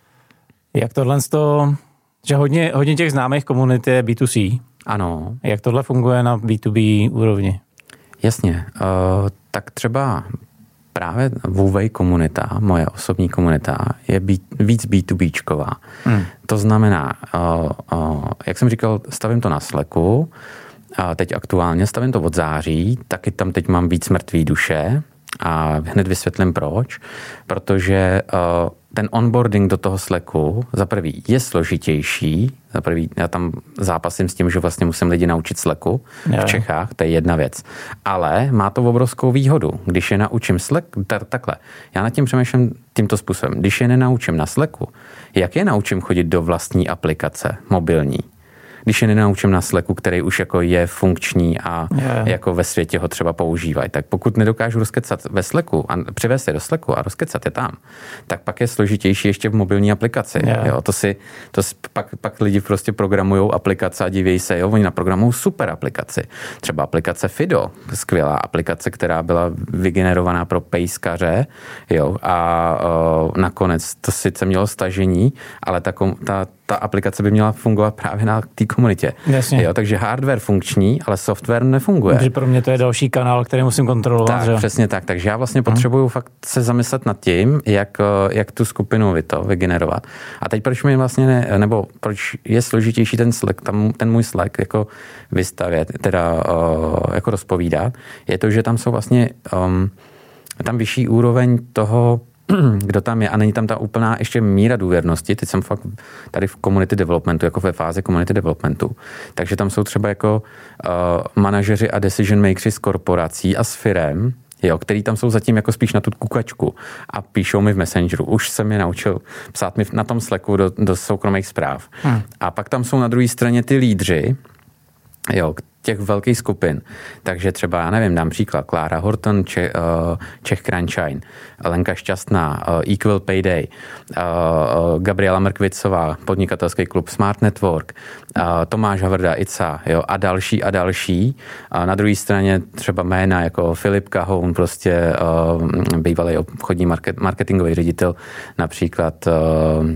Jak tohle to, že hodně, hodně těch známých komunit je bé dvě cé. Ano. Jak tohle funguje na bé dvě bé úrovni? Jasně. Uh, tak třeba právě Wu-Wei komunita, moje osobní komunita, je být, víc bé dvě béčková. Hmm. To znamená, uh, uh, jak jsem říkal, stavím to na Slacku, a teď aktuálně stavím to od září, taky tam teď mám víc mrtvý duše a hned vysvětlím proč, protože uh, ten onboarding do toho Slacku za prvý je složitější, za prvý já tam zápasím s tím, že vlastně musím lidi naučit Slacku v Čechách, to je jedna věc, ale má to obrovskou výhodu, když je naučím Slack, takhle, já nad tím přemýšlím tímto způsobem, když je nenaučím na Slacku, jak je naučím chodit do vlastní aplikace mobilní, když je nenaučím na Slacku, který už jako je funkční a yeah. jako ve světě ho třeba používají. Tak pokud nedokážu rozkecat ve Slacku a přivést je do Slacku a rozkecat je tam, tak pak je složitější ještě v mobilní aplikaci. Yeah. Jo, to si, to si pak, pak lidi prostě programujou aplikace a divějí se, jo, oni naprogramují super aplikaci. Třeba aplikace Fido, skvělá aplikace, která byla vygenerovaná pro pejskaře, jo, a uh, nakonec to sice mělo stažení, ale ta, ta, ta aplikace by měla fungovat právě na té komunitě. Jo, takže hardware funkční, ale software nefunguje. Takže pro mě to je další kanál, který musím kontrolovat. Tak, že? Přesně tak. Takže já vlastně potřebuju hmm. fakt se zamyslet nad tím, jak, jak tu skupinu vy to vygenerovat. A teď proč mi vlastně ne, nebo proč je složitější ten Slack, tam, ten můj Slack jako vystavět, teda uh, jako rozpovídat, je to, že tam jsou vlastně um, tam vyšší úroveň toho, kdo tam je a není tam ta úplná ještě míra důvěrnosti. Teď jsem fakt tady v community developmentu, jako ve fázi community developmentu. Takže tam jsou třeba jako uh, manažeři a decision makers z korporací a s firem, jo, který tam jsou zatím jako spíš na tu kukačku a píšou mi v Messengeru. Už jsem je naučil psát mi na tom Slacku do, do soukromých zpráv. Hmm. A pak tam jsou na druhé straně ty lídři, jo, těch velkých skupin. Takže třeba, já nevím, dám příklad, Klára Horton, Čech, uh, Čech Crunchine, Lenka Šťastná, uh, Equal Pay Day, uh, uh, Gabriela Mrkvicová, podnikatelský klub Smart Network, uh, Tomáš Havrda, Ica, jo, a další a další. Uh, na druhé straně třeba jména jako Filip Kahoun, prostě uh, bývalý obchodní market, marketingový ředitel, například uh, uh,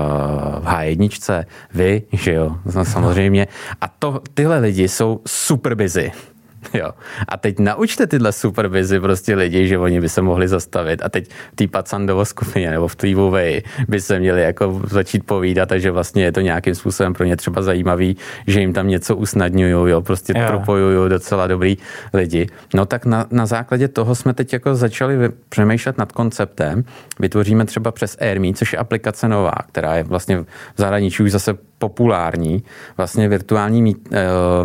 v há jedna, vy, že jo, samozřejmě. A to, tyhle lidi jsou super busy. Jo. A teď naučte tyhle super busy prostě lidi, že oni by se mohli zastavit a teď v té Pacandovo skupině nebo v té Wu-Wei by se měli jako začít povídat a že vlastně je to nějakým způsobem pro ně třeba zajímavý, že jim tam něco usnadňují, jo, prostě yeah. propojují docela dobrý lidi. No tak na, na základě toho jsme teď jako začali přemýšlet nad konceptem. Vytvoříme třeba přes AirMe, což je aplikace nová, která je vlastně v zahraničí už zase populární, vlastně virtuální mít, uh,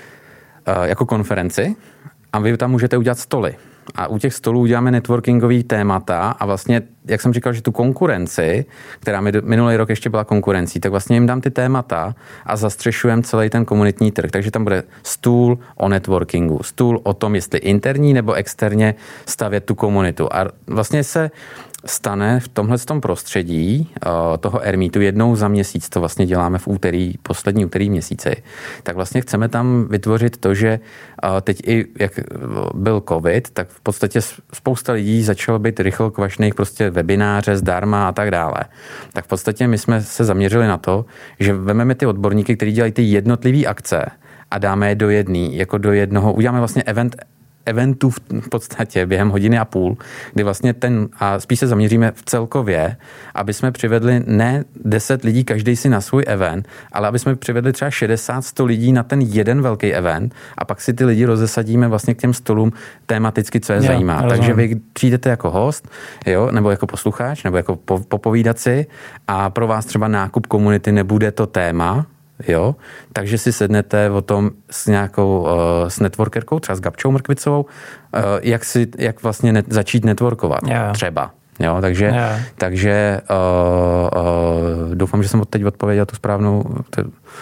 jako konferenci a vy tam můžete udělat stoly. A u těch stolů uděláme networkingový témata a vlastně, jak jsem říkal, že tu konkurenci, která mi minulý rok ještě byla konkurencí, tak vlastně jim dám ty témata a zastřešujem celý ten komunitní trh. Takže tam bude stůl o networkingu, stůl o tom, jestli interní nebo externě stavět tu komunitu. A vlastně se stane v tomhle tom prostředí uh, toho AirMeetu jednou za měsíc, to vlastně děláme v úterý, poslední úterý měsíci, tak vlastně chceme tam vytvořit to, že uh, teď i jak byl covid, tak v podstatě spousta lidí začalo být rychle kvašných prostě webináře zdarma a tak dále. Tak v podstatě my jsme se zaměřili na to, že vezmeme ty odborníky, kteří dělají ty jednotlivé akce a dáme je do jedný, jako do jednoho, uděláme vlastně event eventů v podstatě během hodiny a půl, kdy vlastně ten, a spíš se zaměříme v celkově, aby jsme přivedli ne deset lidí každý si na svůj event, ale aby jsme přivedli třeba šedesát sto lidí na ten jeden velký event a pak si ty lidi rozesadíme vlastně k těm stolům tematicky, co je jo, zajímá. Rozumím. Takže vy přijdete jako host, jo, nebo jako posluchač, nebo jako popovídaci a pro vás třeba nákup komunity nebude to téma, jo, takže si sednete o tom s nějakou, uh, s networkerkou, třeba s Gabčou Mrkvicovou, uh, jak si, jak vlastně net, začít networkovat, yeah. třeba. Jo, takže, yeah. takže uh, uh, doufám, že jsem od teď odpověděl tu správnou... T,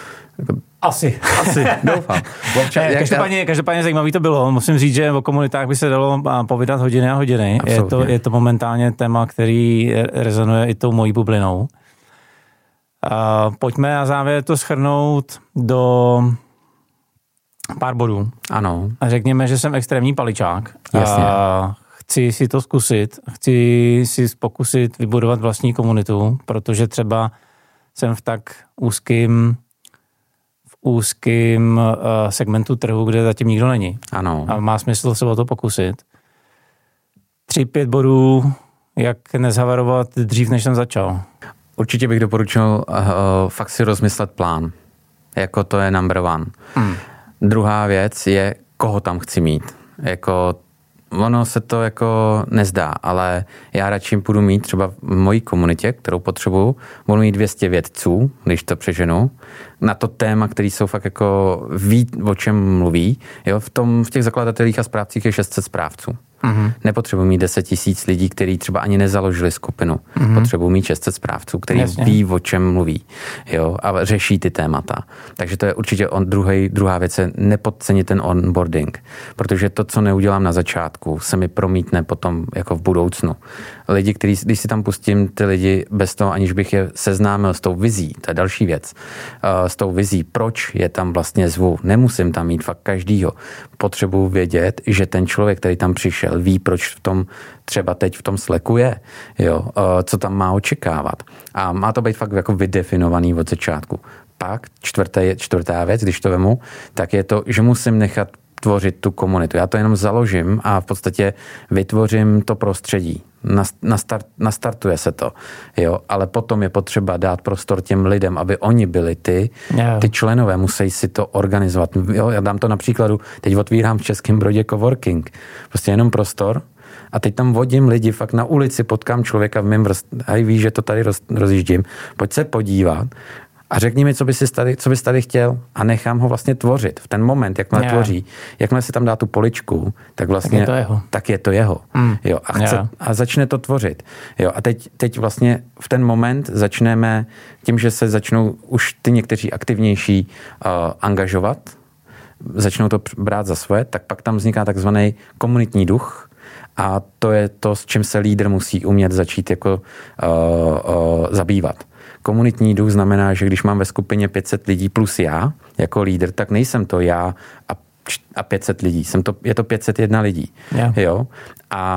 Asi. Asi, doufám. Občas, každopádně, každopádně zajímavý to bylo. Musím říct, že o komunitách by se dalo povídat hodiny a hodiny. Je to, je to momentálně téma, který rezonuje i tou mojí bublinou. Uh, pojďme na závěr to shrnout do pár bodů. Ano. A řekněme, že jsem extrémní paličák. Jasně. Uh, chci si to zkusit. Chci si pokusit vybudovat vlastní komunitu, protože třeba jsem v tak úzkým v úzkým uh, segmentu trhu, kde zatím nikdo není. Ano. A má smysl se o to pokusit. Tři, pět bodů, jak nezhavarovat dřív, než jsem začal. Určitě bych doporučil uh, fakt si rozmyslet plán. Jako to je number one. Hmm. Druhá věc je, koho tam chci mít. Jako ono se to jako nezdá, ale já radši budu mít třeba v mojí komunitě, kterou potřebuju, budu mít dvě stě vědců, když to přeženu, na to téma, který jsou fakt jako ví, o čem mluví. Jo, v, tom, v těch zakladatelích a správcích je šest set správců. Mm-hmm. Nepotřebuji mít deset tisíc lidí, kteří třeba ani nezaložili skupinu. Mm-hmm. Potřebuji mít šest set správců, kteří Jasně. ví, o čem mluví, jo, a řeší ty témata. Takže to je určitě on, druhý, druhá věc, je nepodcenit ten onboarding, protože to, co neudělám na začátku, se mi promítne potom jako v budoucnu. Lidi, který, když si tam pustím ty lidi bez toho, aniž bych je seznámil s tou vizí, to je další věc, uh, s tou vizí, proč je tam vlastně zvu. Nemusím tam mít fakt každýho. Potřebuji vědět, že ten člověk, který tam přišel, ví, proč v tom třeba teď v tom Slacku je, jo, uh, co tam má očekávat. A má to být fakt jako vydefinovaný od začátku. Pak čtvrté, čtvrtá věc, když to vemu, tak je to, že musím nechat tvořit tu komunitu. Já to jenom založím a v podstatě vytvořím to prostředí. Nastart, nastartuje se to, jo, ale potom je potřeba dát prostor těm lidem, aby oni byli ty, yeah. ty členové, musí si to organizovat. Jo, já dám to na příkladu, teď otvírám v Českém Brodě coworking, prostě jenom prostor a teď tam vodím lidi, fakt na ulici potkám člověka v mém vrst, a ví, že to tady roz, rozjíždím, pojď se podívat a řekni mi, co bys tady, co bys tady chtěl a nechám ho vlastně tvořit. V ten moment, jak mě tvoří, jakmile si tam dá tu poličku, tak vlastně tak je to jeho. Tak je to jeho. Mm. Jo, a, chce, a začne to tvořit. Jo, a teď, teď vlastně v ten moment začneme tím, že se začnou už ty někteří aktivnější uh, angažovat, začnou to brát za svoje, tak pak tam vzniká takzvaný komunitní duch a to je to, s čím se lídr musí umět začít jako uh, uh, zabývat. Komunitní duch znamená, že když mám ve skupině pět set lidí plus já, jako lídr, tak nejsem to já a, a pět set lidí. Jsem to, je to pět set jedna lidí. Yeah. Jo? A,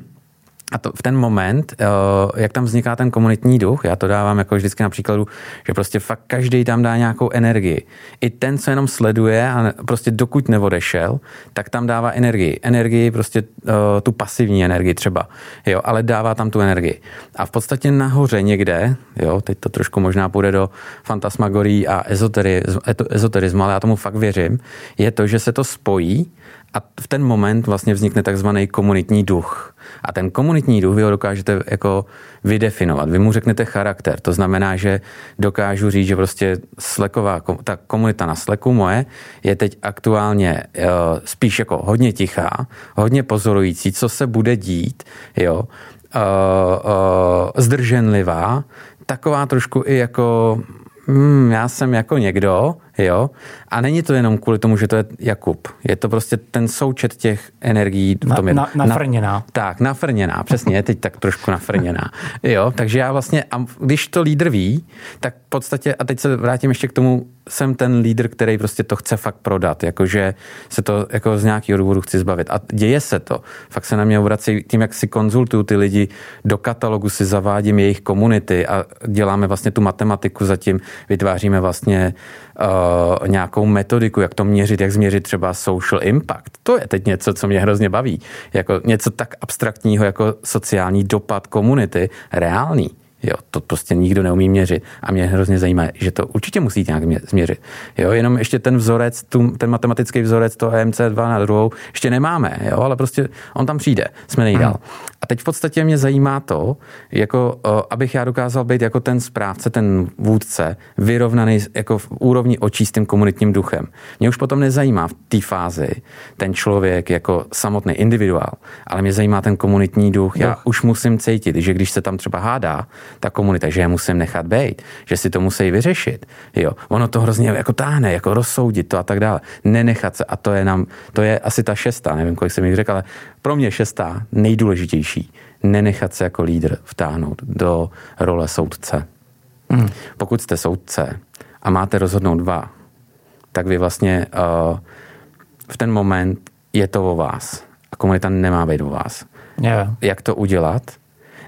a to v ten moment, jak tam vzniká ten komunitní duch, já to dávám jako vždycky na příkladu, že prostě fakt každý tam dá nějakou energii. I ten, co jenom sleduje a prostě dokud neodešel, tak tam dává energii. Energii, prostě tu pasivní energii třeba, jo, ale dává tam tu energii. A v podstatě nahoře někde, jo, teď to trošku možná půjde do fantasmagorii a ezoterismu, ale já tomu fakt věřím, je to, že se to spojí a v ten moment vlastně vznikne takzvaný komunitní duch. A ten komunitní duch vy ho dokážete jako vydefinovat. Vy mu řeknete charakter. To znamená, že dokážu říct, že prostě Slacková, ta komunita na Slacku moje je teď aktuálně uh, spíš jako hodně tichá, hodně pozorující, co se bude dít, jo, uh, uh, zdrženlivá, taková trošku i jako Hmm, já jsem jako někdo, jo, a není to jenom kvůli tomu, že to je Jakub. Je to prostě ten součet těch energií. Na, tom je, na, nafrněná. Na, tak, nafrněná, přesně, je teď tak trošku nafrněná. Jo, takže já vlastně, a když to lídr ví, tak v podstatě, a teď se vrátím ještě k tomu, jsem ten lídr, který prostě to chce fakt prodat, jakože se to jako z nějakého důvodu chci zbavit. A děje se to. Fakt se na mě obrací tím, jak si konzultuju ty lidi, do katalogu si zavádím jejich komunity a děláme vlastně tu matematiku zatím, vytváříme vlastně uh, nějakou metodiku, jak to měřit, jak změřit třeba social impact. To je teď něco, co mě hrozně baví. Jako něco tak abstraktního, jako sociální dopad komunity, reálný. Jo, to prostě nikdo neumí měřit. A mě hrozně zajímá, že to určitě musí nějak změřit. Jo, jenom ještě ten vzorec, tu, ten matematický vzorec, to E M C dva na druhou, ještě nemáme, jo, ale prostě on tam přijde, jsme nejdál. A teď v podstatě mě zajímá to, jako, abych já dokázal být jako ten správce, ten vůdce, vyrovnaný jako v úrovni očí s tím komunitním duchem. Mě už potom nezajímá v té fázi ten člověk jako samotný individuál, ale mě zajímá ten komunitní duch. Já Duch. už musím cítit, že když se tam třeba hádá ta komunita, že je musím nechat být, že si to musí vyřešit. Jo, ono to hrozně jako táhne, jako rozsoudit to a tak dále. Nenechat se, a to je nám, to je asi ta šestá, nevím, kolik jsem jich řekl, ale pro mě šestá, nejdůležitější, nenechat se jako lídr vtáhnout do role soudce. Hmm. Pokud jste soudce a máte rozhodnout dva, tak vy vlastně uh, v ten moment je to o vás a komunita nemá být o vás. Yeah. Jak to udělat?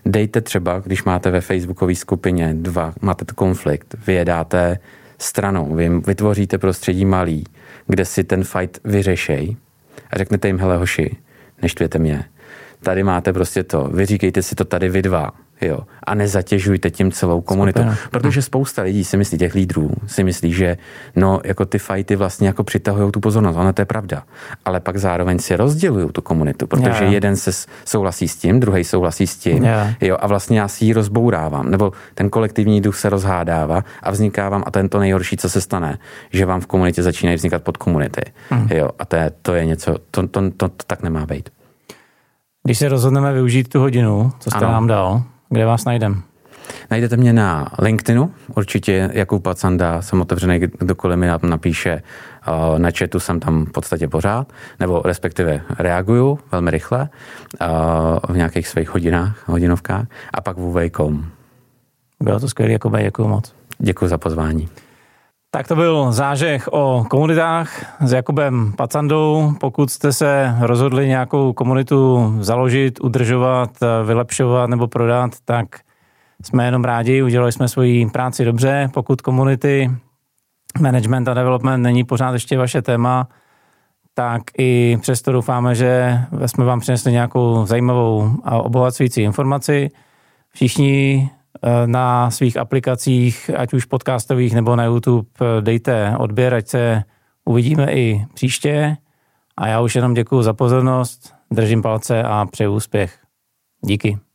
dejte třeba, když máte ve facebookové skupině dva, máte to konflikt, vy je dáte stranou, vy vytvoříte prostředí malý, kde si ten fight vyřešej a řeknete jim, hele hoši, neštvěte mě. Tady máte prostě to, vyříkejte si to tady vy dva, jo, a nezatěžujte tím celou komunitu. Super. Protože spousta lidí si myslí, těch lídrů, si myslí, že no, jako ty fighty vlastně jako přitahují tu pozornost, ono to je pravda. Ale pak zároveň si rozdělují tu komunitu, protože yeah. jeden se souhlasí s tím, druhý souhlasí s tím, yeah. jo, a vlastně já si ji rozbourávám, nebo ten kolektivní duch se rozhádává a vzniká vám, a to je to nejhorší, co se stane, že vám v komunitě začínají vznikat podkomunity, mm. jo, a to je, to je něco, to, to, to, to tak nemá být. Když se rozhodneme využít tu hodinu, co jste ano. nám dal, kde vás najdem? Najdete mě na LinkedInu, určitě Jakub Pacanda, jsem otevřený, kdokoliv mi napíše, na chatu jsem tam v podstatě pořád, nebo respektive reaguju velmi rychle v nějakých svých hodinách, hodinovkách, a pak w w w tečka com. Bylo to skvělé, Jakube, děkuju moc. Děkuji za pozvání. Tak to byl zážeh o komunitách s Jakubem Pacandou. Pokud jste se rozhodli nějakou komunitu založit, udržovat, vylepšovat nebo prodat, tak jsme jenom rádi, udělali jsme svoji práci dobře. Pokud komunity, management a development není pořád ještě vaše téma, tak i přesto doufáme, že jsme vám přinesli nějakou zajímavou a obohacující informaci. Všichni na svých aplikacích, ať už podcastových nebo na YouTube, dejte odběr, ať se uvidíme i příště. A já už jenom děkuju za pozornost, držím palce a přeju úspěch. Díky.